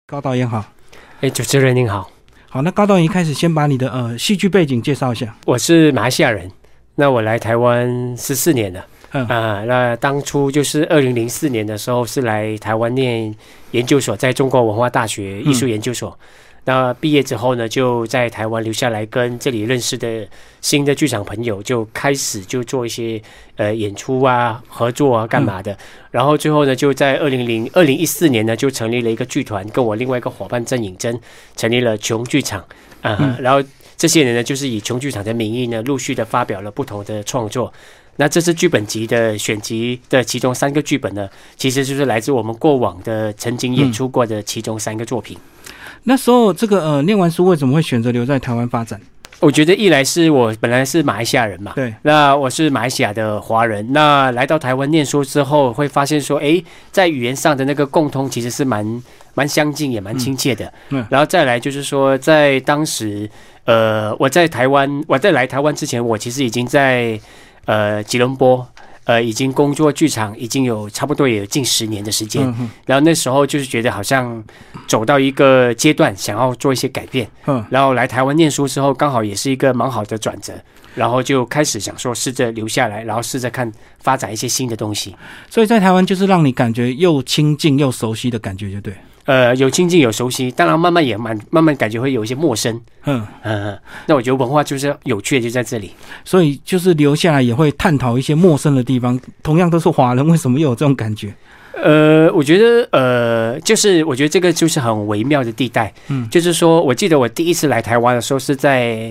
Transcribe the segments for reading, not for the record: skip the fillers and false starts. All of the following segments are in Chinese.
高导演好。 主持人您好。 好，那高导演一开始先把你的戏剧背景介绍一下。 我是马来西亚人，那我来台湾14年了。那当初就是2004年的时候是来台湾念研究所，在中国文化大学艺术研究所。那毕业之后呢，就在台湾留下来，跟这里认识的新的剧场朋友就开始就做一些演出啊、合作啊、干嘛的。然后最后呢，就在2014年呢，就成立了一个剧团，跟我另外一个伙伴郑颖珍成立了琼剧场。然后这些人呢，就是以琼剧场的名义呢，陆续的发表了不同的创作。那这次剧本集的选集的其中3个剧本呢，其实就是来自我们过往的曾经演出过的其中3个作品。 那时候这个念完书为什么会选择留在台湾发展？ 我觉得一来是我本来是马来西亚人嘛， 对， 那我是马来西亚的华人，那来到台湾念书之后，会发现说，在语言上的那个共通其实是蛮相近，也蛮亲切的。然后再来就是说，在当时，我在来台湾之前，我其实已经在吉隆坡。已经工作剧场已经有差不多也有近10年的时间，然后那时候就是觉得好像走到一个阶段，想要做一些改变，然后来台湾念书之后，刚好也是一个蛮好的转折，然后就开始想说试着留下来，然后试着看发展一些新的东西。所以在台湾就是让你感觉又亲近又熟悉的感觉，就对。 有亲近有熟悉，当然慢慢感觉会有一些陌生。那我觉得文化就是有趣的就在这里， 所以就是留下来也会探讨一些陌生的地方。同样都是华人，为什么又有这种感觉？ 我觉得就是我觉得这个就是很微妙的地带。就是说我记得我第一次来台湾的时候是在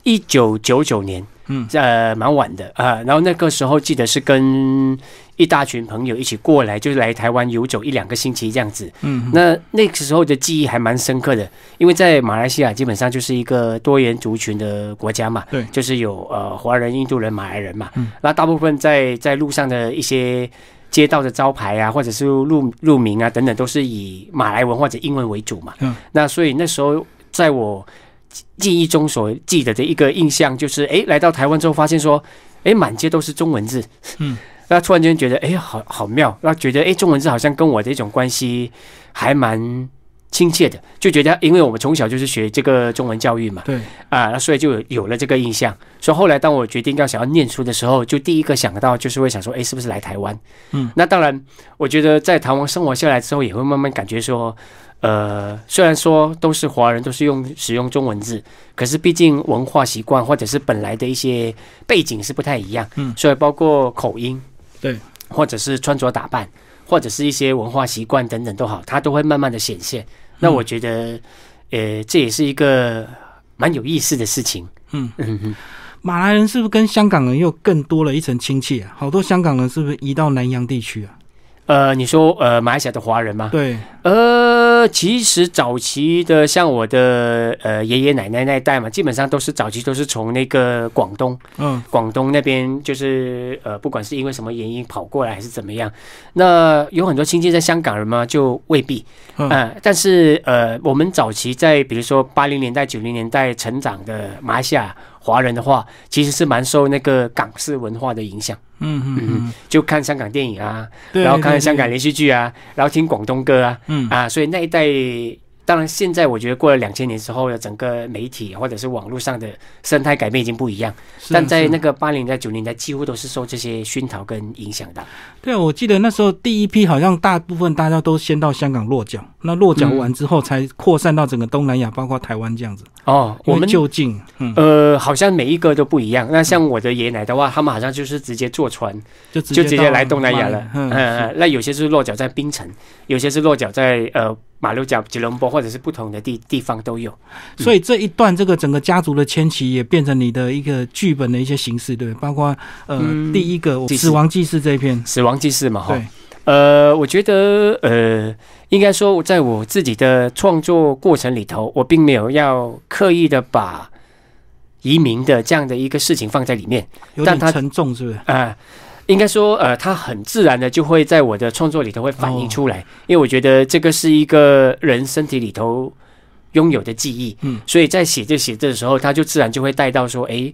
1999年，蛮晚的然后那个时候记得是跟一大群朋友一起过来，就是来台湾游走1-2个星期这样子。那个时候的记忆还蛮深刻的，因为在马来西亚基本上就是一个多元族群的国家嘛， 对， 就是有华人、印度人、马来人嘛。那大部分在路上的一些街道的招牌啊，或者是路名啊等等，都是以马来文或者英文为主嘛。那所以那时候在我记忆中所记得的一个印象就是，来到台湾之后发现说，满街都是中文字。那突然间觉得，好妙，然后觉得，中文字好像跟我的一种关系还蛮亲切的，就觉得，因为我们从小就是学这个中文教育嘛， 对那所以就有了这个印象。所以后来当我决定想要念书的时候，就第一个想到就是会想说，是不是来台湾？那当然，我觉得在台湾生活下来之后，也会慢慢感觉说，虽然说都是华人，都是使用中文字，可是毕竟文化习惯或者是本来的一些背景是不太一样，所以包括口音。 对， 或者是穿着打扮，或者是一些文化习惯等等都好，它都会慢慢的显现。那我觉得，这也是一个蛮有意思的事情。 马来人是不是跟香港人又更多了一层亲切啊？好多香港人是不是移到南洋地区啊？ 你说马来西亚的华人吗？ 对， 其实早期的像我的爷爷奶奶那一代嘛，基本上早期都是从那个广东那边，就是不管是因为什么原因跑过来还是怎么样，那有很多亲戚在香港人嘛，就未必。但是我们早期在比如说80年代、90年代成长的马来西亚华人的话，其实是蛮受那个港式文化的影响。就看香港电影啊，然后看香港连续剧啊，然后听广东歌啊，所以那一代，当然现在我觉得过了2000年之后的整个媒体或者是网络上的生态改变已经不一样，但在那个80年代、90年代几乎都是受这些熏陶跟影响的。 对，我记得那时候第一批好像大部分大家都先到香港落脚，那落脚完之后才扩散到整个东南亚，包括台湾这样子。我们就近， 好像每一个都不一样。那像我的爷爷奶奶的话，他们好像就是直接坐船，就直接来东南亚了。那有些是落脚在槟城，有些是落脚在马六甲、吉隆坡，或者是不同的地方都有。 所以这一段这个整个家族的迁徙也变成你的一个剧本的一些形式，对，包括第一个死亡祭祀这一篇， 死亡祭祀嘛， 对。 我觉得应该说在我自己的创作过程里头，我并没有要刻意的把移民的这样的一个事情放在里面， 有点沉重是不是？ 应该说它很自然的就会在我的创作里头会反映出来，因为我觉得这个是一个人身体里头拥有的记忆，所以在写着的时候，它就自然就会带到说，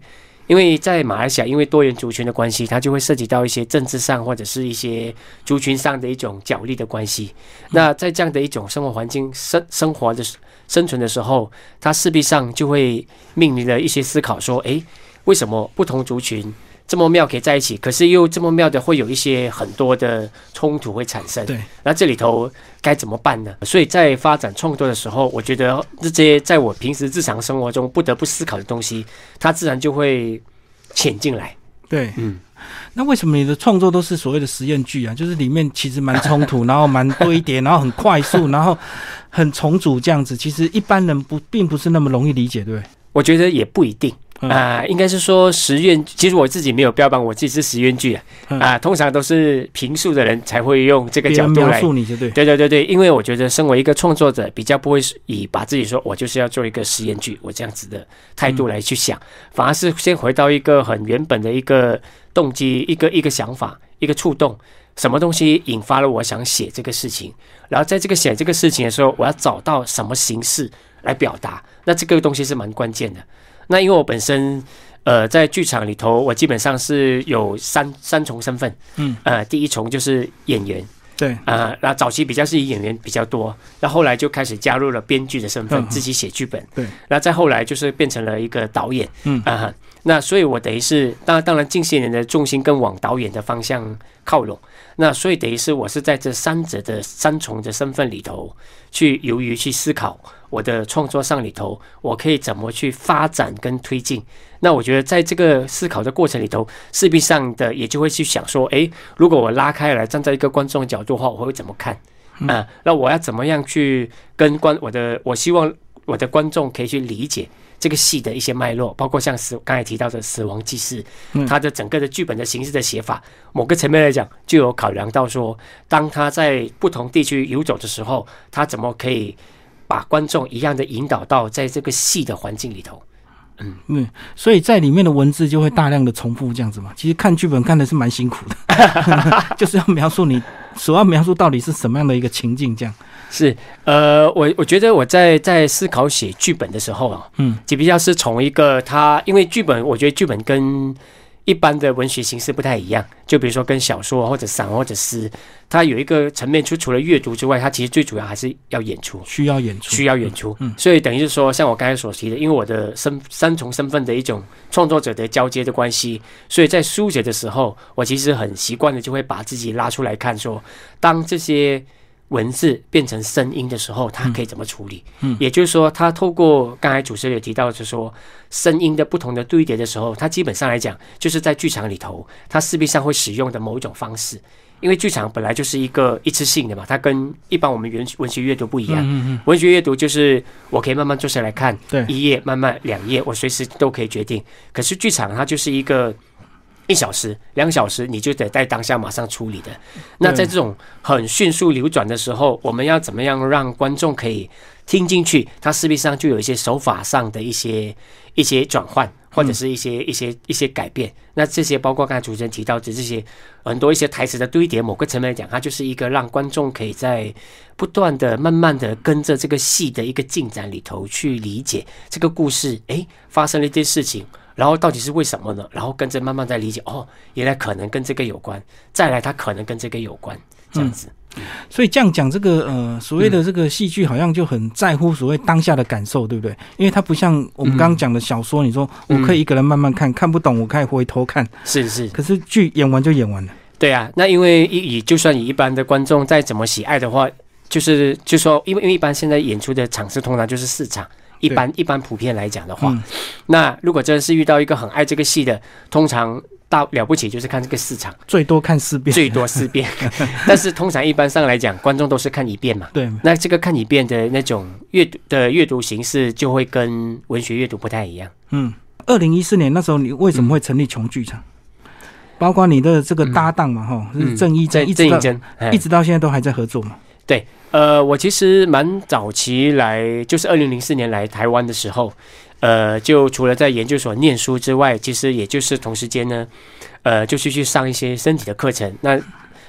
因为在马来西亚，因为多元族群的关系，它就会涉及到一些政治上或者是一些族群上的一种角力的关系。那在这样的一种生活环境生存的时候，它势必上就会面临了一些思考，说，为什么不同族群这么妙可以在一起，可是又这么妙的会有一些很多的冲突会产生？ 对， 那这里头该怎么办呢？所以在发展创作的时候，我觉得这些在我平时日常生活中不得不思考的东西，它自然就会潜进来。 对，那为什么你的创作都是所谓的实验剧啊？就是里面其实蛮冲突，然后蛮堆叠，然后很快速，然后很重组这样子。其实一般人并不是那么容易理解，对不对？ 我觉得也不一定。应该是说实验，其实我自己没有标榜我自己是实验剧通常都是评述的人才会用这个角度来描述你， 对，因为我觉得身为一个创作者，比较不会以把自己说我就是要做一个实验剧，我这样子的态度来去想，反而是先回到一个很原本的一个动机，一个想法，一个触动，什么东西引发了我想写这个事情，然后在这个写这个事情的时候，我要找到什么形式来表达，那这个东西是蛮关键的。那因为我本身在剧场里头，我基本上是有三重身份。第一重就是演员， 对， 那早期比较是以演员比较多，那后来就开始加入了编剧的身份，自己写剧本。 对， 那再后来就是变成了一个导演。那所以我等于是当然近些年的重心更往导演的方向靠拢。那所以等于是我是在这三重的身份里头去由于去思考我的创作上里头，我可以怎么去发展跟推进。那我觉得在这个思考的过程里头，势必上的也就会去想说，如果我拉开来站在一个观众的角度的话，我会怎么看？那我要怎么样去跟我希望我的观众可以去理解这个戏的一些脉络，包括像刚才提到的死亡记事，它的整个的剧本的形式的写法，某个层面来讲就有考量到说，当他在不同地区游走的时候，他怎么可以把观众一样的引导到在这个戏的环境里头。 所以在里面的文字就会大量的重复这样子嘛。其实看剧本看的是蛮辛苦的，就是要描述你所要描述到底是什么样的一个情境这样。 是，我觉得我在思考写剧本的时候就比较是从一个因为剧本，我觉得剧本跟一般的文学形式不太一样，就比如说跟小说或者散或者诗，它有一个层面，除了阅读之外，它其实最主要还是要演出，需要演出。所以等于是说，像我刚才所提的，因为我的三重身份的一种创作者的交接的关系，所以在书写的时候，我其实很习惯的就会把自己拉出来看说，当这些文字变成声音的时候，它可以怎么处理？也就是说，它透过刚才主持人有提到，就是说声音的不同的堆叠的时候，它基本上来讲，就是在剧场里头，它势必上会使用的某一种方式。因为剧场本来就是一个一次性的嘛，它跟一般我们文学阅读不一样。文学阅读就是我可以慢慢坐下来看，一页慢慢2页，我随时都可以决定。可是剧场它就是一个1小时、2小时，你就得在当下马上处理的。那在这种很迅速流转的时候，我们要怎么样让观众可以听进去？它势必上就有一些手法上的一些转换，或者是一些改变。那这些包括刚才主持人提到的这些很多一些台词的堆叠，某个层面来讲，它就是一个让观众可以在不断的、慢慢的跟着这个戏的一个进展里头去理解这个故事。发生了一件事情。然后到底是为什么呢？然后跟着慢慢再理解，原来可能跟这个有关，再来它可能跟这个有关，这样子。 所以这样讲，这个所谓的这个戏剧好像就很在乎所谓当下的感受，对不对？因为它不像我们刚刚讲的小说，你说我可以一个人慢慢看，看不懂我可以回头看， 是。 可是剧演完就演完了。对啊，那因为就算以一般的观众再怎么喜爱的话，就说因为一般现在演出的场次通常就是4场。一般普遍来讲的话，那如果真的是遇到一个很爱这个戏的，通常大了不起就是看这个4场， 最多看4遍， 最多4遍。但是通常一般上来讲，观众都是看1遍嘛。 对， 那这个看1遍的那种阅读形式就会跟文学阅读不太一样。 2014年那时候，你为什么会成立琼剧场？包括你的这个搭档嘛，是郑一珍，一直到现在都还在合作嘛？ 对。我其实蛮早期来，就是2004年来台湾的时候，就除了在研究所念书之外，其实也就是同时间呢，就去上一些身体的课程。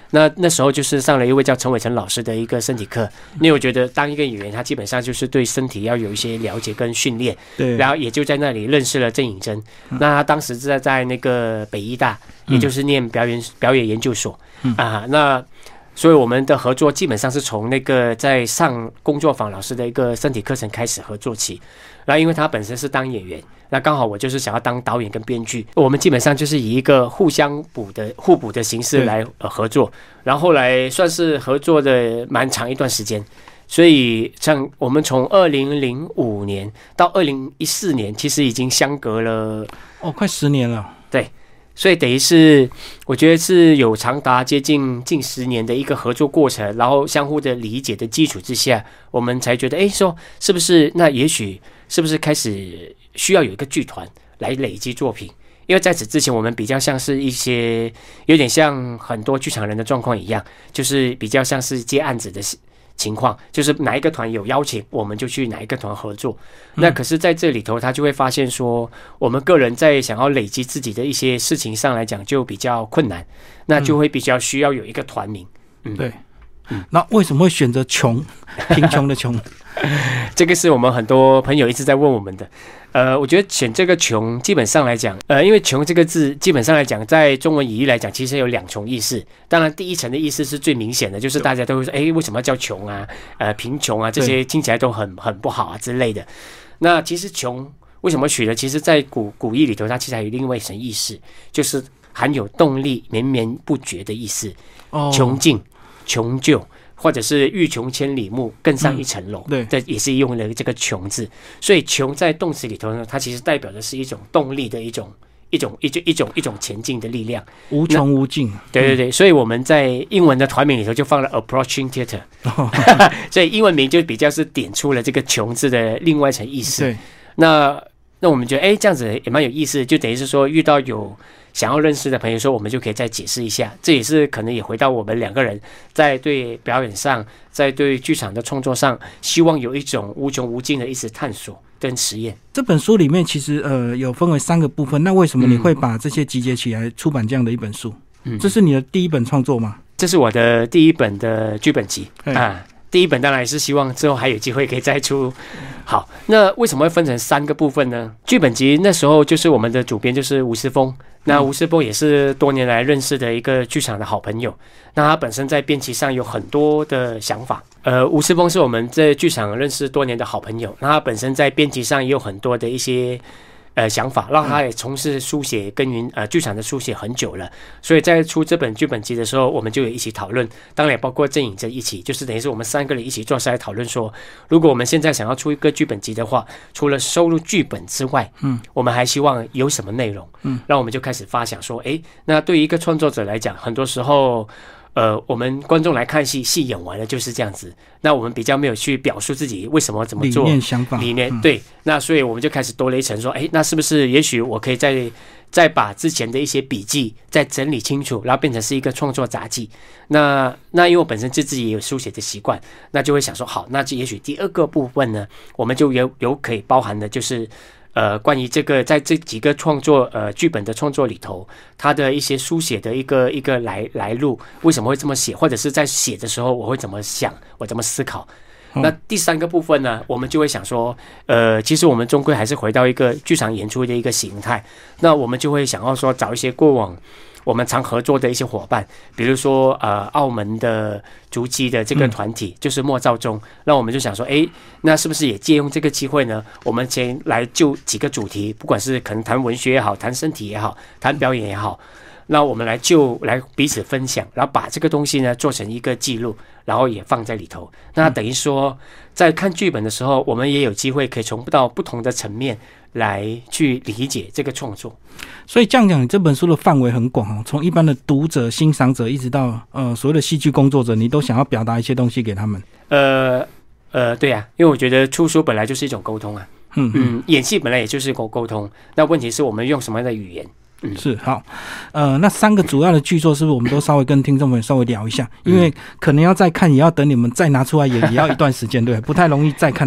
那时候就是上了一位叫陈伟成老师的一个身体课，因为我觉得当一个演员，他基本上就是对身体要有一些了解跟训练， 对， 然后也就在那里认识了郑颖珍。那他当时是在那个北医大，也就是念表演研究所那所以我们的合作基本上是从那个在上工作坊老师的一个身体课程开始合作起。然后因为他本身是当演员，那刚好我就是想要当导演跟编剧，我们基本上就是以一个互补的形式来合作。然后后来算是合作的蛮长一段时间，所以像我们从2005年到2014年，其实已经相隔了快10年了。 对。所以等于是我觉得是有长达接近10年的一个合作过程，然后相互的理解的基础之下，我们才觉得说是不是那也许是不是开始需要有一个剧团来累积作品。因为在此之前我们比较像是一些有点像很多剧场人的状况一样，就是比较像是接案子的情况，就是哪一个团有邀请，我们就去哪一个团合作。那可是在这里头他就会发现说，我们个人在想要累积自己的一些事情上来讲就比较困难，那就会比较需要有一个团名。 对。那为什么会选择穷？贫穷的穷？ 这个是我们很多朋友一直在问我们的。我觉得选这个穷基本上来讲，因为穷这个字基本上来讲，在中文语义来讲，其实有2重意思。当然，第一层的意思是最明显的，就是大家都会说，为什么要叫穷啊？贫穷啊，这些听起来都很不好啊之类的。那其实穷为什么取的？其实在古义里头，它其实还有另外一层意思，就是含有动力、绵绵不绝的意思。穷尽、穷究。或者是欲穷千里目，更上一层楼，对，这也是用了这个穷字。所以穷在动词里头呢，它其实代表的是一种动力的一种前进的力量， 无穷无尽。 对，所以我们在英文的团名里头就放了 Approaching Theater，所以英文名就比较是点出了这个穷字的另外一层意思。 对， 那我们觉得这样子也蛮有意思，就等于是说遇到有想要认识的朋友说，我们就可以再解释一下。这也是可能也回到我们2个人在对表演上，在对剧场的创作上，希望有一种无穷无尽的一直探索跟实验。 这本书里面其实有分为3个部分，那为什么你会把这些集结起来出版这样的一本书？这是你的第一本创作吗？ 这是我的第一本的剧本集第一本当然是希望之后还有机会可以再出。好，那为什么会分成3个部分呢？剧本集那时候就是我们的主编就是吴思峰，那吴思峰也是多年来认识的一个剧场的好朋友，那他本身在编辑上有很多的想法。吴思峰是我们在剧场认识多年的好朋友，那他本身在编辑上也有很多的一些想法，让他也从事书写耕耘剧场的书写很久了，所以在出这本剧本集的时候，我们就有一起讨论，当然也包括郑颖珍一起，就是等于是我们3个人一起坐下来讨论说，如果我们现在想要出一个剧本集的话，除了收录剧本之外，我们还希望有什么内容？让我们就开始发想说，那对于一个创作者来讲，很多时候我们观众来看戏演完了就是这样子，那我们比较没有去表述自己为什么怎么做理念想法理念对，那所以我们就开始多了一层说，那是不是也许我可以再把之前的一些笔记再整理清楚，然后变成是一个创作杂记。那因为我本身自己也有书写的习惯，那就会想说，好，那就也许第2个部分呢，我们就有可以包含的就是关于这个在这几个创作剧本的创作里头，它的一些书写的一个来路，为什么会这么写，或者是在写的时候我会怎么想，我怎么思考。那第3个部分呢，我们就会想说，其实我们终归还是回到一个剧场演出的一个形态，那我们就会想要说找一些过往我们常合作的一些伙伴，比如说澳门的足迹的这个团体，就是莫兆忠，那我们就想说，那是不是也借用这个机会呢？我们先来就几个主题，不管是可能谈文学也好，谈身体也好，谈表演也好，那我们来彼此分享，然后把这个东西呢做成一个记录，然后也放在里头。那等于说，在看剧本的时候，我们也有机会可以从不同的层面来去理解这个创作。 所以这样讲，你这本书的范围很广，从一般的读者、欣赏者，一直到所谓的戏剧工作者，你都想要表达一些东西给他们。 对啊，因为我觉得出书本来就是一种沟通啊。演戏本来也就是沟通，那问题是我们用什么样的语言。 是好，那3个主要的剧作是不是我们都稍微跟听众朋友稍微聊一下？因为可能要再看，也要等你们再拿出来也要一段时间，对，不太容易再看到。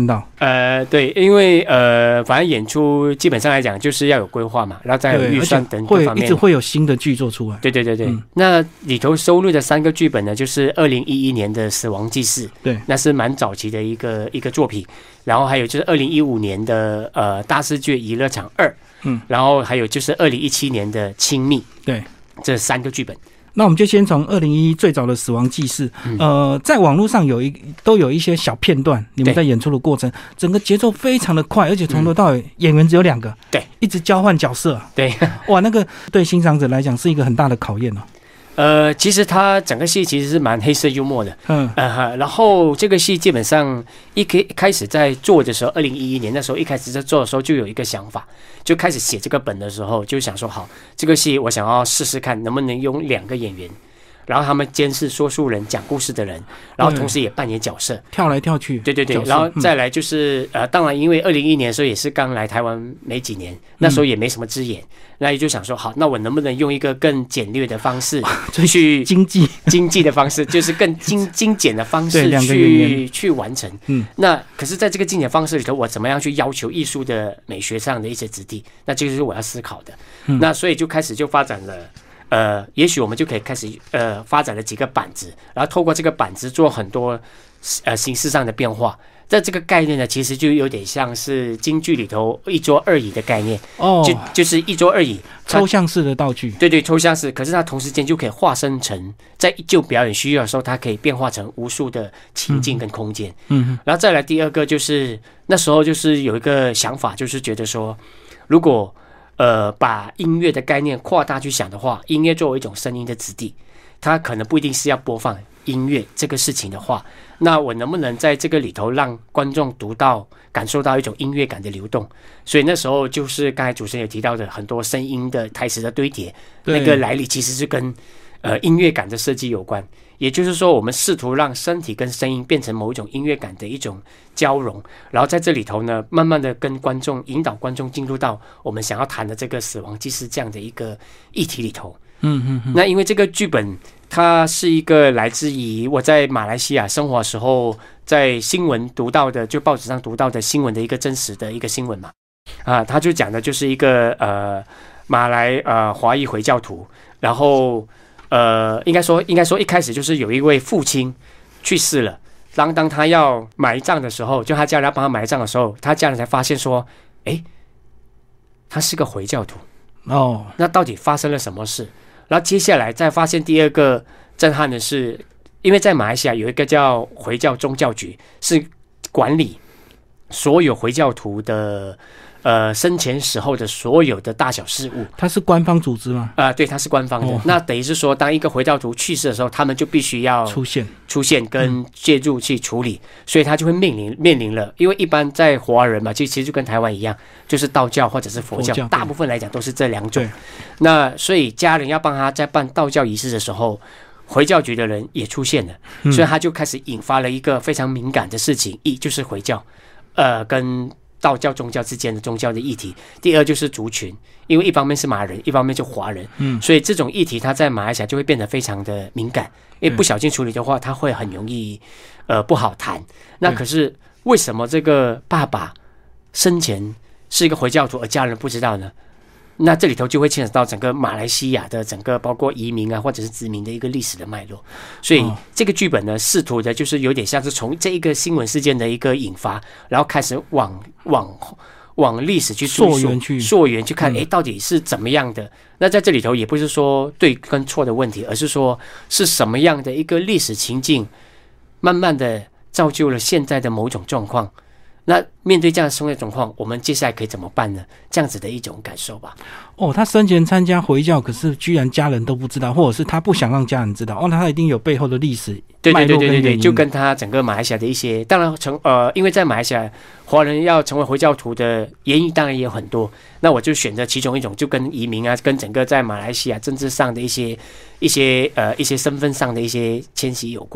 对，因为反正演出基本上来讲就是要有规划嘛，然后再有预算等各方面， 一直会有新的剧做出来。 对对对对，那里头收录的3个剧本呢，就是2011年的《死亡祭祀》， 对， 那是蛮早期的一个作品。然后还有就是2015年的大视觉娱乐场2，然后还有就是2017年的《亲密》， 对， 这3个剧本。 那我们就先从2011最早的死亡祭祀，在网络上都有一些小片段，你们在演出的过程，整个节奏非常的快，而且从头到尾演员只有2个， 对， 一直交换角色， 对， 哇，那个对欣赏者来讲是一个很大的考验哦。 其实它整个戏其实是蛮黑色幽默的，然后这个戏基本上一开始在做的时候，2011年那时候一开始在做的时候就有一个想法，就开始写这个本的时候就想说，好，这个戏我想要试试看能不能用2个演员，然后他们监视说书人、讲故事的人，然后同时也扮演角色， 跳来跳去。 对对对，然后再来就是当然因为2011年的时候也是刚来台湾没几年，那时候也没什么资源，那也就想说，好，那我能不能用一个更简略的方式去经济的方式，就是更精简的方式去完成。那可是在这个精简方式里头，我怎么样去要求艺术的美学上的一些质地？那这个就是我要思考的。那所以就开始就发展了。也许我们就可以开始发展了几个板子，然后透过这个板子做很多形式上的变化。在这个概念呢，其实就有点像是京剧里头一桌二椅的概念哦，就是一桌二椅， 抽象式的道具。 对对，抽象式，可是它同时间就可以化身成，在就表演需要的时候，它可以变化成无数的情境跟空间。然后再来第2个就是那时候就是有一个想法，就是觉得说，如果把音乐的概念扩大去想的话，音乐作为一种声音的质地，它可能不一定是要播放音乐这个事情的话，那我能不能在这个里头让观众读到、感受到一种音乐感的流动？所以那时候就是刚才主持人有提到的很多声音的台词的堆叠，那个来历其实是跟音乐感的设计有关。也就是说，我们试图让身体跟声音变成某一种音乐感的一种交融，然后在这里头呢，慢慢的跟观众引导观众进入到我们想要谈的这个死亡祭祀这样的一个议题里头。那因为这个剧本它是一个来自于我在马来西亚生活的时候，在新闻读到的，就报纸上读到的新闻的一个真实的一个新闻嘛。他就讲的就是一个马来华裔回教徒，然后应该说一开始就是有一位父亲去世了，当他要埋葬的时候，就他家人要帮他埋葬的时候，他家人才发现说，他是个回教徒哦，那到底发生了什么事？然后接下来再发现第2个震撼的是，因为在马来西亚有一个叫回教宗教局，是管理所有回教徒的生前死后的所有的大小事务。它是官方组织吗？对，它是官方的。那等于是说，当一个回教徒去世的时候，他们就必须要出现跟介入去处理，所以他就会面临了，因为一般在华人嘛，其实就跟台湾一样，就是道教或者是佛教，大部分来讲都是这2种。那所以家人要帮他在办道教仪式的时候，回教局的人也出现了，所以他就开始引发了一个非常敏感的事情，一就是回教，跟道教宗教之间的宗教的议题。第2就是族群，因为一方面是马人，一方面就华人，所以这种议题它在马来西亚就会变得非常的敏感，因为不小心处理的话，它会很容易不好谈。那可是为什么这个爸爸生前是一个回教徒，而家人不知道呢？那这里头就会牵扯到整个马来西亚的整个包括移民啊或者是殖民的一个历史的脉络，所以这个剧本呢试图的就是有点像是从这一个新闻事件的一个引发，然后开始往历史去溯源去看，到底是怎么样的。那在这里头也不是说对跟错的问题，而是说是什么样的一个历史情境慢慢的造就了现在的某种状况。那面对这样的生活状况，我们接下来可以怎么办呢？这样子的一种感受吧。他生前参加回教，可是居然家人都不知道，或者是他不想让家人知道。那他一定有背后的历史脉络跟原因。对，就跟他整个马来西亚的一些，当然因为在马来西亚华人要成为回教徒的原因当然也有很多。那我就选择其中一种，就跟移民啊，跟整个在马来西亚政治上的一些身份上的一些迁徙有关。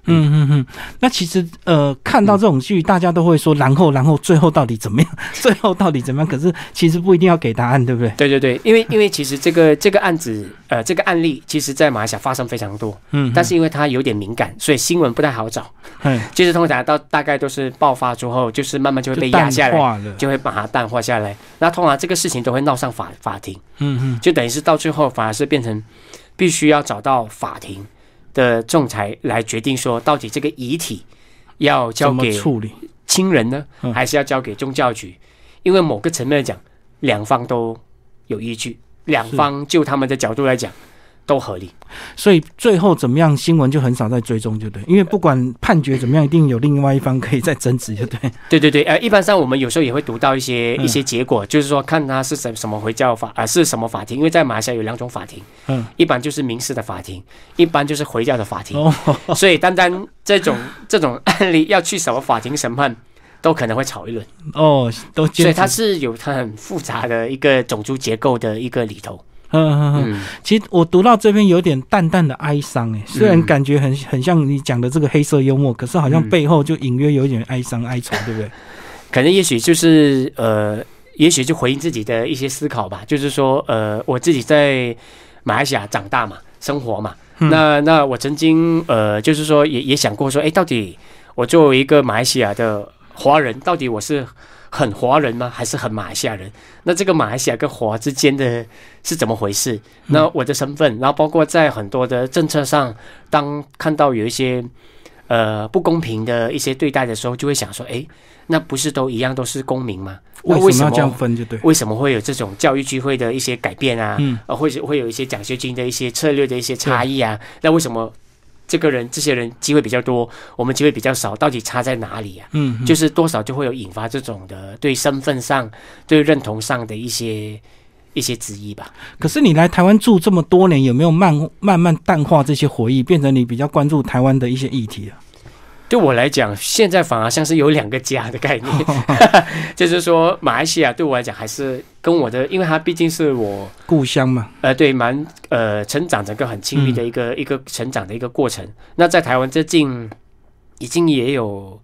那其实看到这种剧，大家都会说，然后最后到底怎么样？最后到底怎么样？可是其实不一定要给答案，对不对？ 对对对，因为其实这个案子这个案例，其实在马来西亚发生非常多，但是因为它有点敏感，所以新闻不太好找。就是通常大概都是爆发之后，就是慢慢就会被压下来，就会把它淡化下来。那通常这个事情都会闹上法庭，就等于是到最后反而是变成必须要找到法庭的仲裁来决定说，到底这个遗体要交给亲人呢，还是要交给宗教局？因为某个层面来讲，两方都有依据，两方就他们的角度来讲都合理， 所以最后怎么样，新闻就很少在追踪，就对，因为不管判决怎么样，一定有另外一方可以再争执，就对。 对对对，一般上我们有时候也会读到一些结果，就是说看他是什么回教法是什么法庭，因为在马来西亚有两种法庭，一般就是民事的法庭，一般就是回教的法庭，所以单单这种案例要去什么法庭审判，都可能会吵一轮所以它是有它很复杂的一个种族结构的一个里头。 其实我读到这边有点淡淡的哀伤，虽然感觉很像你讲的这个黑色幽默，可是好像背后就隐约有一点哀伤哀愁，对不对？ 可能也许就是也许就回应自己的一些思考吧，就是说我自己在马来西亚长大嘛，生活嘛，那我曾经就是说也想过说，到底我作为一个马来西亚的华人，到底我是很华人吗？还是很马来西亚人？那这个马来西亚跟华之间的是怎么回事？那我的身份，然后包括在很多的政策上，当看到有一些不公平的一些对待的时候，就会想说，那不是都一样都是公民吗？ 为什么要这样分？就对， 为什么会有这种教育机会的一些改变啊？会有一些奖学金的一些策略的一些差异啊？那为什么这些人机会比较多，我们机会比较少，到底差在哪里啊？就是多少就会有引发这种的对身份上、对认同上的一些质疑吧。 可是你来台湾住这么多年，有没有慢慢淡化这些回忆，变成你比较关注台湾的一些议题啊？ 对我来讲，现在反而像是有两个家的概念，就是说马来西亚对我来讲还是跟我的，因为它毕竟是我故乡嘛， 对，蛮成长整个很亲密的一个成长的一个过程。那在台湾这已经也有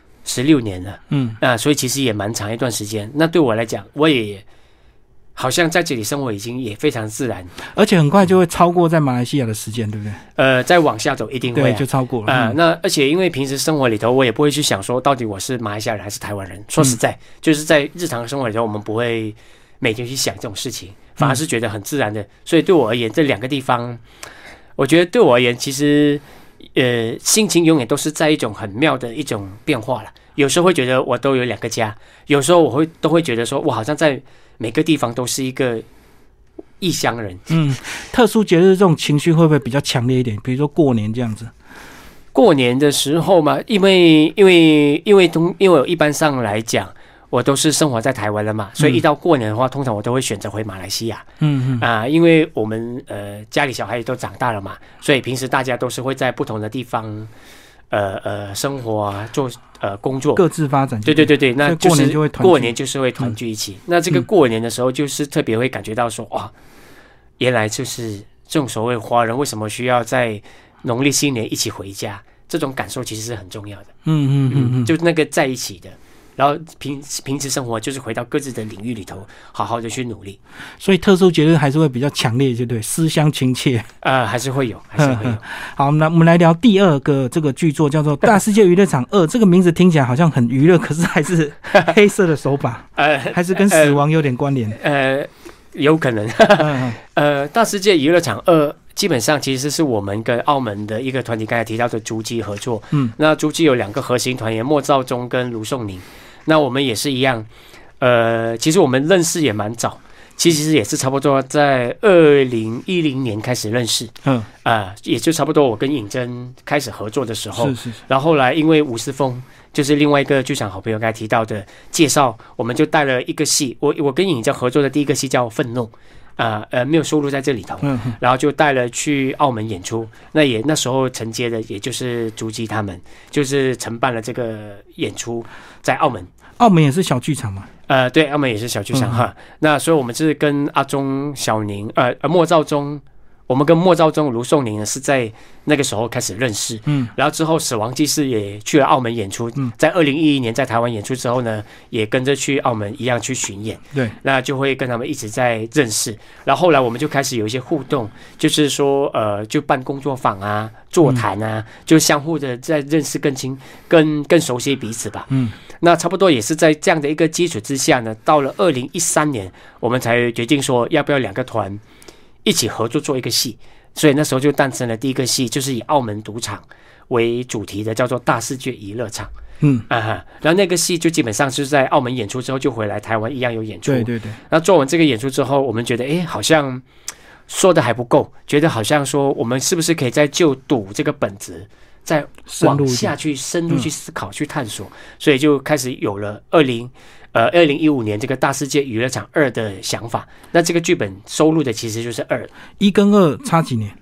16年了，所以其实也蛮长一段时间。那对我来讲，我也好像在这里生活已经也非常自然， 而且很快就会超过在马来西亚的时间，对不对？ 再往下走一定会对，就超过了。 那而且因为平时生活里头，我也不会去想说到底我是马来西亚人还是台湾人。说实在，就是在日常生活里头，我们不会每天去想这种事情，反而是觉得很自然的。所以对我而言，这两个地方，我觉得对我而言，其实心情永远都是在一种很妙的一种变化了。有时候会觉得我都有两个家，有时候都会觉得说我好像在每个地方都是一个异乡人。 特殊节日这种情绪会不会比较强烈一点？比如说过年这样子。 过年的时候嘛，因为我一般上来讲，我都是生活在台湾了嘛，所以一到过年的话，通常我都会选择回马来西亚。因为我们家里小孩也都长大了嘛，所以平时大家都是会在不同的地方生活啊，做工作， 各自发展。 对，那就是过年就是会团聚一起。那这个过年的时候，就是特别会感觉到说，哇，原来就是这种所谓华人为什么需要在农历新年一起回家，这种感受其实是很重要的。就那个在一起的。然后平时生活就是回到各自的领域里头，好好的去努力。所以特殊节日还是会比较强烈，对不对？思乡亲切， 还是会有。 好，那我们来聊第二个这个剧作，叫做《大世界娱乐场2》。这个名字听起来好像很娱乐，可是还是黑色的手法，还是跟死亡有点关联。 有可能。大世界娱乐场2。基本上其实是我们跟澳门的一个团体刚才提到的足迹合作。那足迹有2个核心团员，莫兆忠跟卢颂宁。那我们也是一样，其实我们认识也蛮早，其实也是差不多在2010年开始认识。也就差不多我跟尹真开始合作的时候。然后后来因为吴思峰就是另外一个剧场好朋友刚才提到的介绍，我们就带了一个戏，我跟尹真合作的第一个戏叫《愤怒》。没有收录在这里头，然后就带了去澳门演出。那时候承接的也就是足迹他们，就是承办了这个演出在澳门。 澳门也是小剧场嘛？ 对，澳门也是小剧场哈。那所以我们是跟阿忠、小宁、莫兆忠、 我们跟莫兆忠、卢颂宁呢是在那个时候开始认识，然后之后死亡祭司也去了澳门演出，在2011年在台湾演出之后呢，也跟着去澳门一样去巡演， 对， 那就会跟他们一直在认识，然后后来我们就开始有一些互动，就是说就办工作坊啊、座谈啊，就相互的在认识更熟悉彼此吧，那差不多也是在这样的一个基础之下呢，到了2013年，我们才决定说要不要2个团一起合作做一个戏，所以那时候就诞生了第一个戏，就是以澳门赌场为主题的，叫做《大世界娱乐场》。然后那个戏就基本上是在澳门演出之后就回来台湾一样有演出。 对对对。 那做完这个演出之后，我们觉得好像说的还不够，觉得好像说我们是不是可以再就赌这个本质再往下去深入去思考、去探索，所以就开始有了2015年这个大世界娱乐场2的想法。那这个剧本收录的其实就是 2，1跟2差几年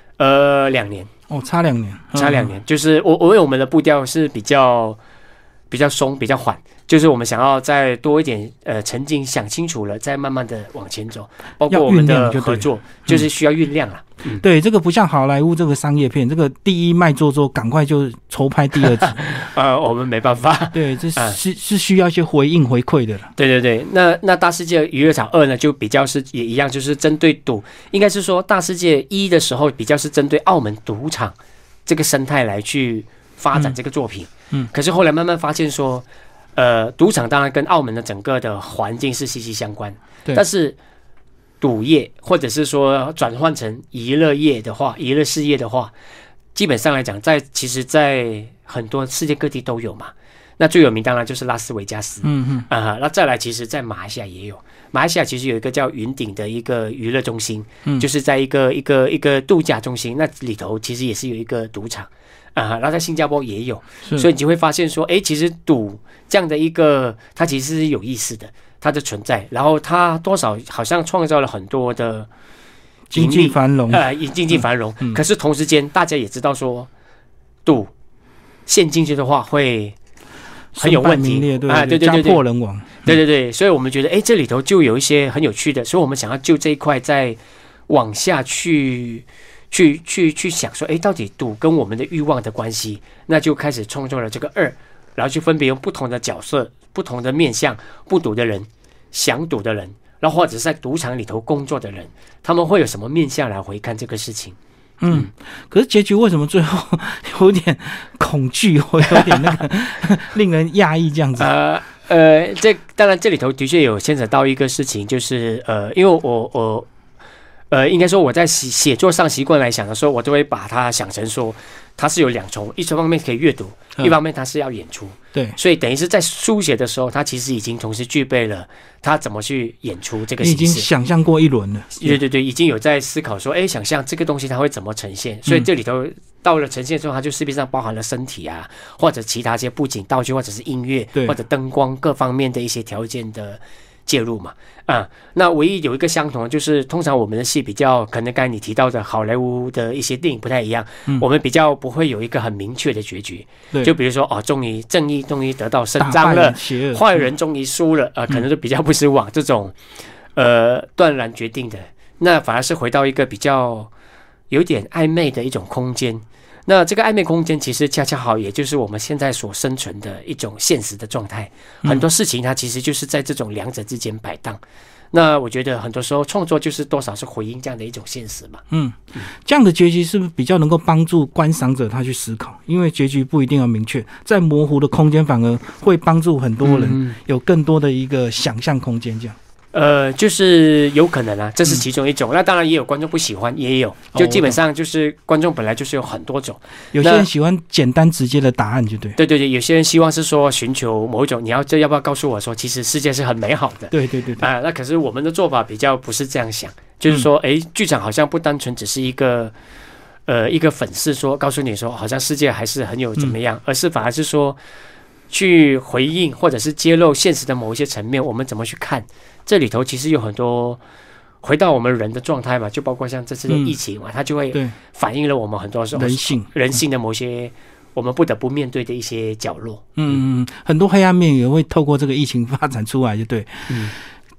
？2年。 哦，差2年， 差2年。就是我们的步调是比较松、比较缓，就是我们想要再多一点沉浸，想清楚了，再慢慢的往前走。包括我们的合作，就是需要酝酿啦。 对，这个不像好莱坞这个商业片，这个第一卖座，赶快就筹拍第2集。 我们没办法。对， 这是需要一些回应回馈的了。 对对对，那大世界娱乐场2呢，就比较是也一样，就是针对赌，应该是说大世界1的时候比较是针对澳门赌场这个生态来去发展这个作品。可是后来慢慢发现说，赌场当然跟澳门的整个的环境是息息相关，但是赌业或者是说转换成娱乐业的话，娱乐事业的话，基本上来讲，其实在很多世界各地都有嘛。那最有名当然就是拉斯维加斯，那再来，其实在马来西亚也有。马来西亚其实有一个叫云顶的一个娱乐中心，就是在一个度假中心，那里头其实也是有一个赌场。然后在新加坡也有，所以你就会发现说，其实赌这样的一个，它其实是有意思的，它的存在，然后它多少好像创造了很多的经济繁荣， 经济繁荣。可是同时间，大家也知道说，赌陷进去的话会很有问题， 对，家破人亡。 对对对，所以我们觉得，这里头就有一些很有趣的，所以我们想要就这一块再往下去想说，到底赌跟我们的欲望的关系，那就开始创作了这个2，然后就分别用不同的角色、不同的面向，不赌的人、想赌的人，然后或者是在赌场里头工作的人，他们会有什么面向来回看这个事情？ 可是结局为什么最后有点恐惧，或有点那个令人讶异这样子？ 这当然这里头的确有牵扯到一个事情，就是因为我应该说我在写作上习惯来想的时候，我都会把它想成说，它是有2重，一方面可以阅读，一方面它是要演出。 对， 所以等于是在书写的时候，它其实已经同时具备了它怎么去演出这个形式。 你已经想象过一轮了。 对对对，已经有在思考说，想象这个东西它会怎么呈现。所以这里头到了呈现之后，它就势必上包含了身体啊，或者其他一些布景道具，或者是音乐，或者灯光各方面的一些条件的介入嘛。那唯一有一个相同的就是，通常我们的戏比较可能刚才你提到的好莱坞的一些电影不太一样，我们比较不会有一个很明确的结局。就比如说终于正义终于得到伸张了，坏人终于输了，可能就比较不是往这种断然决定的，那反而是回到一个比较有点暧昧的一种空间。那这个暧昧空间其实恰恰好，也就是我们现在所生存的一种现实的状态。很多事情它其实就是在这种2者之间摆荡。那我觉得很多时候创作就是多少是回应这样的一种现实嘛。 这样的结局是不是比较能够帮助观赏者他去思考？因为结局不一定要明确，在模糊的空间反而会帮助很多人有更多的一个想象空间。这样。 就是有可能啊，这是其中一种。那当然也有观众不喜欢，也有，就基本上就是观众本来就是有很多种。 有些人喜欢简单直接的答案，就对。 对对对，有些人希望是说寻求某一种，要不要告诉我说，其实世界是很美好的？ 对对对。 那可是我们的做法比较不是这样想，就是说，剧场好像不单纯只是一个粉饰说告诉你说，好像世界还是很有怎么样，而是反而是说去回应或者是揭露现实的某一些层面，我们怎么去看？这里头其实有很多回到我们人的状态嘛，就包括像这次的疫情嘛，它就会反映了我们很多时候人性的某些我们不得不面对的一些角落。 很多黑暗面也会透过这个疫情发展出来，就对。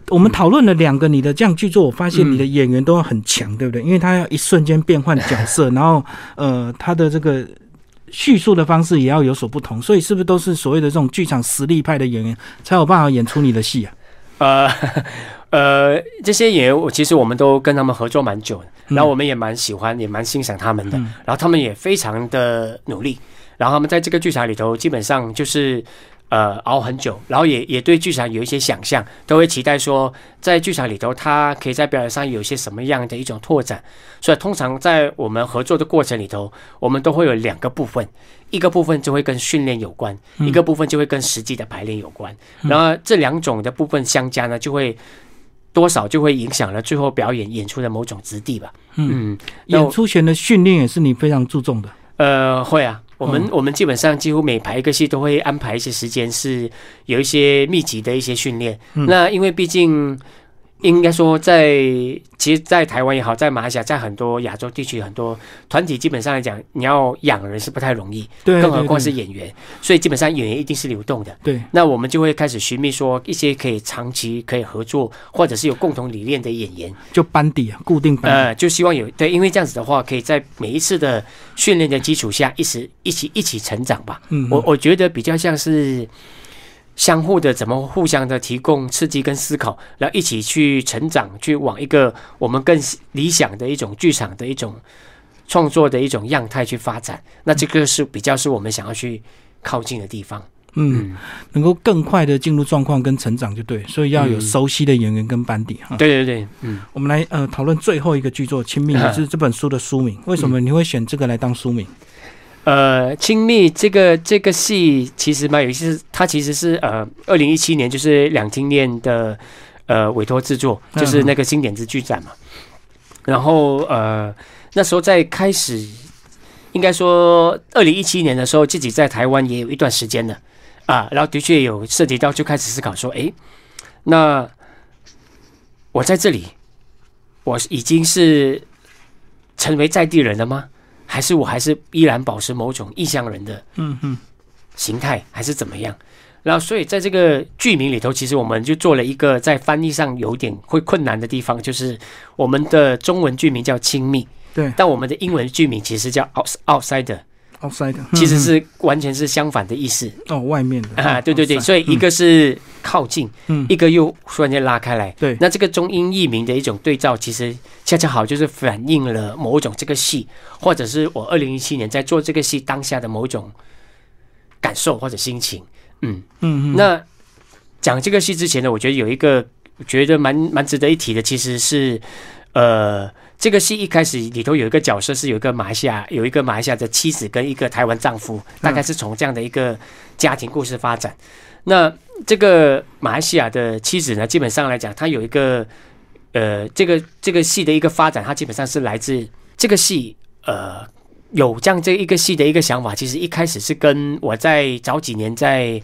我们讨论了2个你的这样剧作，我发现你的演员都很强，对不对？因为他要一瞬间变换角色，然后他的这个叙述的方式也要有所不同，所以是不是都是所谓的这种剧场实力派的演员才有办法演出你的戏啊？ 这些演员其实我们都跟他们合作蛮久的，然后我们也蛮喜欢，也蛮欣赏他们的，然后他们也非常的努力，然后他们在这个剧场里头基本上就是熬很久，然后也对剧场有一些想象，都会期待说在剧场里头他可以在表演上有一些什么样的一种拓展。所以通常在我们合作的过程里头，我们都会有2个部分，一个部分就会跟训练有关，一个部分就会跟实际的排练有关，然后这2种的部分相加呢，就会多少就会影响了最后表演出的某种质地吧。 演出前的训练也是你非常注重的。 会啊，我们基本上几乎每排一个戏都会安排一些时间，是有一些密集的一些训练。那因为毕竟应该说其实在台湾也好，在马来西亚，在很多亚洲地区，很多团体基本上来讲，你要养人是不太容易， 对， 更何况是演员，所以基本上演员一定是流动的。 对， 那我们就会开始寻觅说一些可以长期可以合作，或者是有共同理念的演员， 就班底啊，固定班底。 就希望有对，因为这样子的话，可以在每一次的训练的基础下，一起成长吧。我觉得比较像是相互的怎么互相的提供刺激跟思考，然后一起去成长，去往一个我们更理想的一种剧场的一种创作的一种样态去发展。那这个是比较是我们想要去靠近的地方。 能够更快的进入状况跟成长就对，所以要有熟悉的演员跟班底。 对对对， 我们来讨论最后一个剧作《亲密》，也是这本书的书名。为什么你会选这个来当书名？ 亲密这个戏其实蛮有意思，它其实是2017年就是两厅院的委托制作，就是那个经典之剧展嘛。然后那时候在开始，应该说2017年的时候，自己在台湾也有一段时间了啊，然后的确有涉及到，就开始思考说，那我在这里，我已经是成为在地人了吗？还是我还是依然保持某种异乡人的形态，还是怎么样？然后，所以在这个剧名里头，其实我们就做了一个在翻译上有点会困难的地方，就是我们的中文剧名叫亲密， 对， 但我们的英文剧名其实叫 outsider， 其实是完全是相反的意思。 外面的对对对，所以一个是靠近，一个又突然间拉开来。 对， 那这个中英译名的一种对照，其实恰恰好就是反映了某种这个戏，或者是我2017年在做这个戏当下的某种感受或者心情。那讲这个戏之前呢，我觉得有一个觉得蛮值得一提的，其实是这个戏一开始里头有一个角色是有一个马来西亚的妻子跟一个台湾丈夫，大概是从这样的一个家庭故事发展。那这个马来西亚的妻子呢，基本上来讲，她有一个这个戏的一个发展，它基本上是来自这个戏有这样这一个戏的一个想法，其实一开始是跟我在早几年在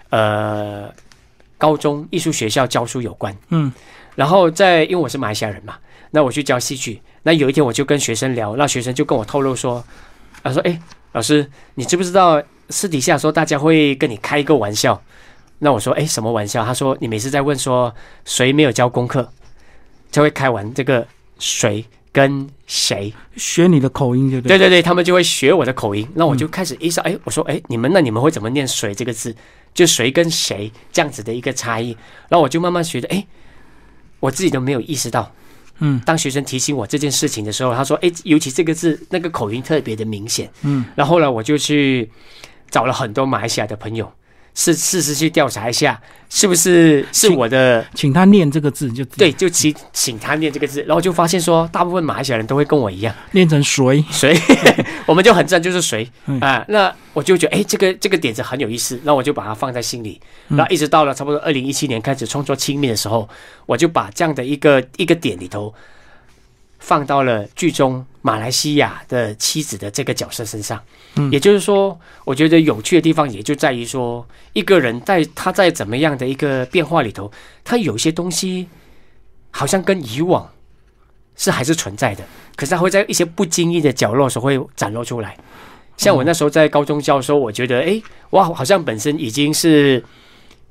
高中艺术学校教书有关。然后因为我是马来西亚人嘛，那我去教戏剧，那有一天我就跟学生聊，那学生就跟我透露说，他说老师，你知不知道私底下说大家会跟你开一个玩笑？那我说什么玩笑？他说你每次在问说谁没有交功课，就会开完这个谁跟谁， 学你的口音，对不对？对对对，他们就会学我的口音。那我就开始意识到，我说你们会怎么念谁这个字？就谁跟谁这样子的一个差异。然后我就慢慢学的，我自己都没有意识到。当学生提醒我这件事情的时候，他说尤其这个字那个口音特别的明显。然后后来我就去找了很多马来西亚的朋友，试试去调查一下，是不是我的， 请他念这个字就对，就请他念这个字，然后就发现说，大部分马来西亚人都会跟我一样念成谁， 我们就很自然就是谁那我就觉得这个点子很有意思，那我就把它放在心里，然后一直到了差不多2017年开始创作亲密的时候，我就把这样的一个点里头放到了剧中马来西亚的妻子的这个角色身上。也就是说，我觉得有趣的地方也就在于说，一个人他在怎么样的一个变化里头，他有些东西好像跟以往还是存在的，可是他会在一些不经意的角落时候会展露出来。像我那时候在高中教的时候，我觉得我好像本身已经是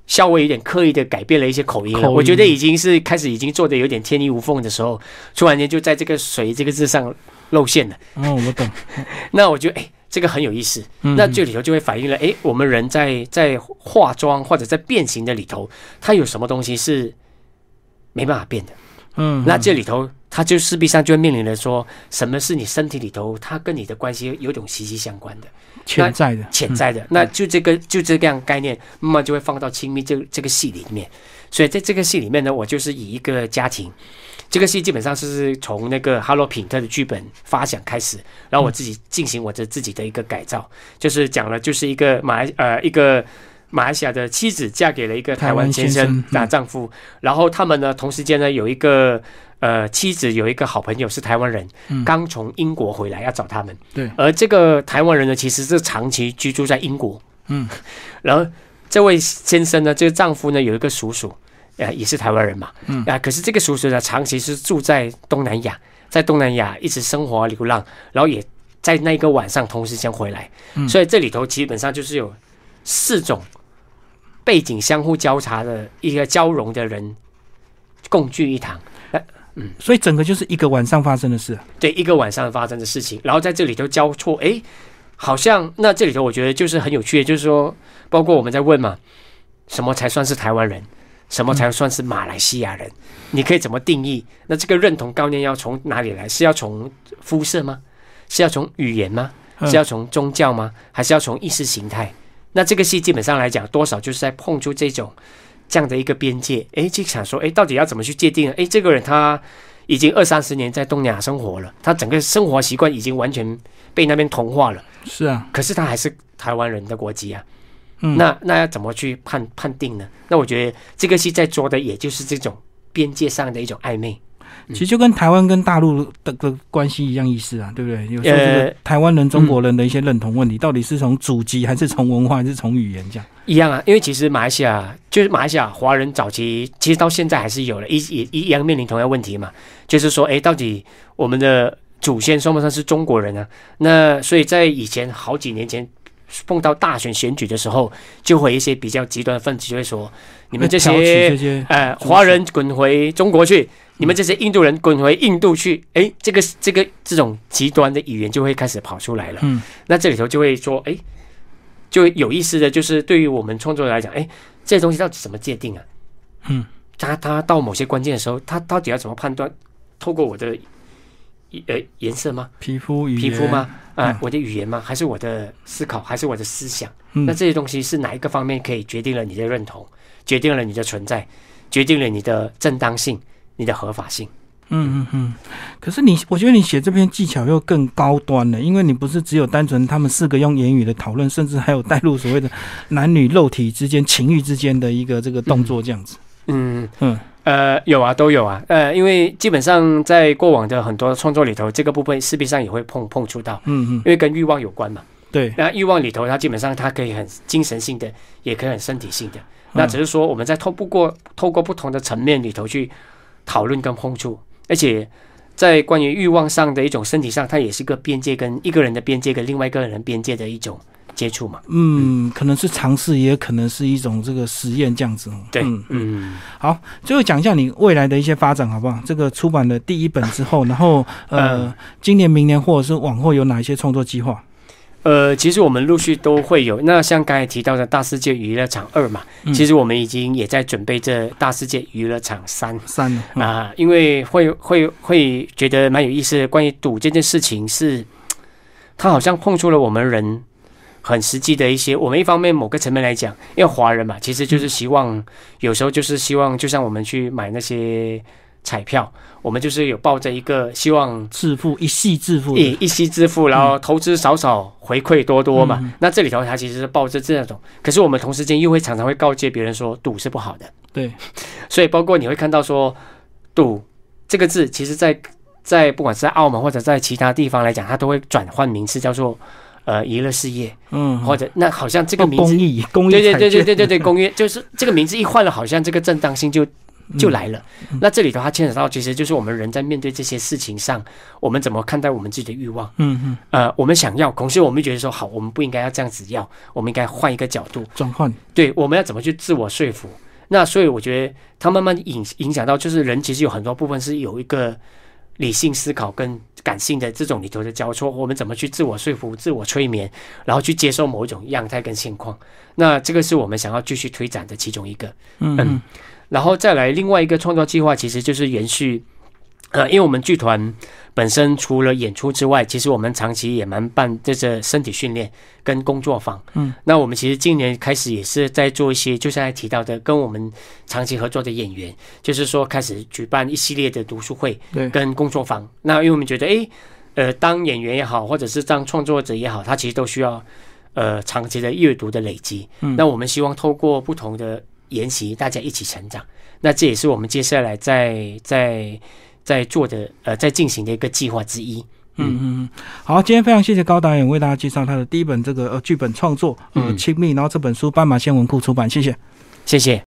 稍微有点刻意的改变了一些口音了，我觉得已经是开始已经做的有点天衣无缝的时候，突然间就在这个水这个字上露馅了。 我懂。 那我觉得这个很有意思。那这里头就会反映了我们人在化妆或者在变形的里头，它有什么东西是没办法变的。那这里头它就势必上就会面临了说，什么是你身体里头它跟你的关系有种息息相关的潜在的。 那就这个样概念慢慢就会放到亲密这个戏里面。所以在这个戏里面呢，我就是以一个家庭，这个戏基本上是从那个哈罗品特的剧本发想开始，然后我自己进行我自己的一个改造，就是讲了就是一个马来西亚的妻子嫁给了一个台湾先生丈夫，然后他们呢同时间呢有一个妻子有一个好朋友是台湾人，刚从英国回来要找他们。 对，而这个台湾人呢其实是长期居住在英国。然后这位先生呢，这个丈夫呢有一个叔叔，也是台湾人嘛。可是这个叔叔呢长期是住在东南亚，在东南亚一直生活流浪，然后也在那个晚上同时间回来。所以这里头基本上就是有4种背景相互交叉的一个交融的人共聚一堂。 所以整个就是一个晚上发生的事。 对，一个晚上发生的事情，然后在这里头交错，好像那这里头我觉得就是很有趣的，就是说包括我们在问嘛，什么才算是台湾人，什么才算是马来西亚人，你可以怎么定义？那这个认同概念要从哪里来？是要从肤色吗？是要从语言吗？是要从宗教吗？还是要从意识形态？那这个戏基本上来讲，多少就是在碰出这样的一个边界。就想说，到底要怎么去界定呢？这个人他已经20-30年在东南亚生活了，他整个生活习惯已经完全被那边同化了。 是啊， 可是他还是台湾人的国籍啊。那要怎么去判定呢？那我觉得这个戏在做的也就是这种边界上的一种暧昧。 其实就跟台湾跟大陆的关系一样意思啊，对不对？有时候这个台湾人、中国人的一些认同问题，到底是从祖籍还是从文化还是从语言这样？ 一样啊，因为其实马来西亚华人早期其实到现在还是有了一样面临同样问题嘛，就是说到底我们的祖先算不算是中国人呢？那所以在以前好几年前碰到大选举的时候，就会有一些比较极端的分子就会说，你们这些华人滚回中国去，你们这些印度人滚回印度去。这种极端的语言就会开始跑出来了。那这里头就会说，就有意思的就是对于我们创作者来讲，这些东西到底怎么界定啊？他到某些关键的时候，他到底要怎么判断？透过我的颜色吗？ 皮肤吗？我的语言吗？还是我的思考？还是我的思想？那这些东西是哪一个方面可以决定了你的认同，决定了你的存在，决定了你的正当性，你的合法性？ 可是我觉得你写这篇技巧又更高端了，因为你不是只有单纯他们4个用言语的讨论，甚至还有带入所谓的男女肉体之间、情欲之间的一个这个动作这样子。 有啊，都有啊。因为基本上在过往的很多创作里头，这个部分势必上也会碰触到。因为跟欲望有关嘛。 对。 那欲望里头，它基本上它可以很精神性的，也可以很身体性的。那只是说我们在透过不同的层面里头去讨论跟碰触，而且在关于欲望上的一种身体上，它也是个边界，跟一个人的边界跟另外一个人的边界的一种接触嘛。 可能是尝试，也可能是一种这个实验这样子。 对， 好，最后讲一下你未来的一些发展好不好？这个出版了第1本之后，然后今年、明年或者是往后有哪一些创作计划？ 其实我们陆续都会有。那像刚才提到的大世界娱乐场2嘛，其实我们已经也在准备这大世界娱乐场3因为会觉得蛮有意思的。关于赌这件事情是，它好像碰触了我们人很实际的一些。我们一方面某个层面来讲，因为华人嘛，其实就是希望，有时候就是希望，就像我们去买那些彩票，我们就是有抱着一个希望致富，一夕致富， 然后投资少少，回馈多多嘛。那这里头它其实是抱着这种，可是我们同时间又会常常会告诫别人说，赌是不好的。 对， 所以包括你会看到说，赌这个字，其实在不管是在澳门或者在其他地方来讲，它都会转换名字叫做娱乐事业，或者那好像这个名字公益对，公益就是这个名字一换了，好像这个正当性就就来了。那这里头它牵扯到，其实就是我们人在面对这些事情上，我们怎么看待我们自己的欲望？我们想要，可是我们觉得说好，我们不应该要这样子要，我们应该换一个角度转换。 对，我们要怎么去自我说服？那所以我觉得它慢慢影响到，就是人其实有很多部分是有一个理性思考跟感性的这种里头的交错，我们怎么去自我说服、自我催眠，然后去接受某一种样态跟现况。那这个是我们想要继续推展的其中一个。然后再来另外一个创作计划，其实就是延续。因为我们剧团本身除了演出之外，其实我们长期也蛮办这个身体训练跟工作坊。那我们其实今年开始也是在做一些，就像才提到的，跟我们长期合作的演员，就是说开始举办一系列的读书会跟工作坊。那因为我们觉得，当演员也好，或者是当创作者也好，他其实都需要长期的阅读的累积。那我们希望透过不同的研习，大家一起成长。那这也是我们接下来在做的在进行的一个计划之一。 好，今天非常谢谢高导演为大家介绍他的第一本这个剧本创作亲密，然后这本书斑马线文库出版，谢谢。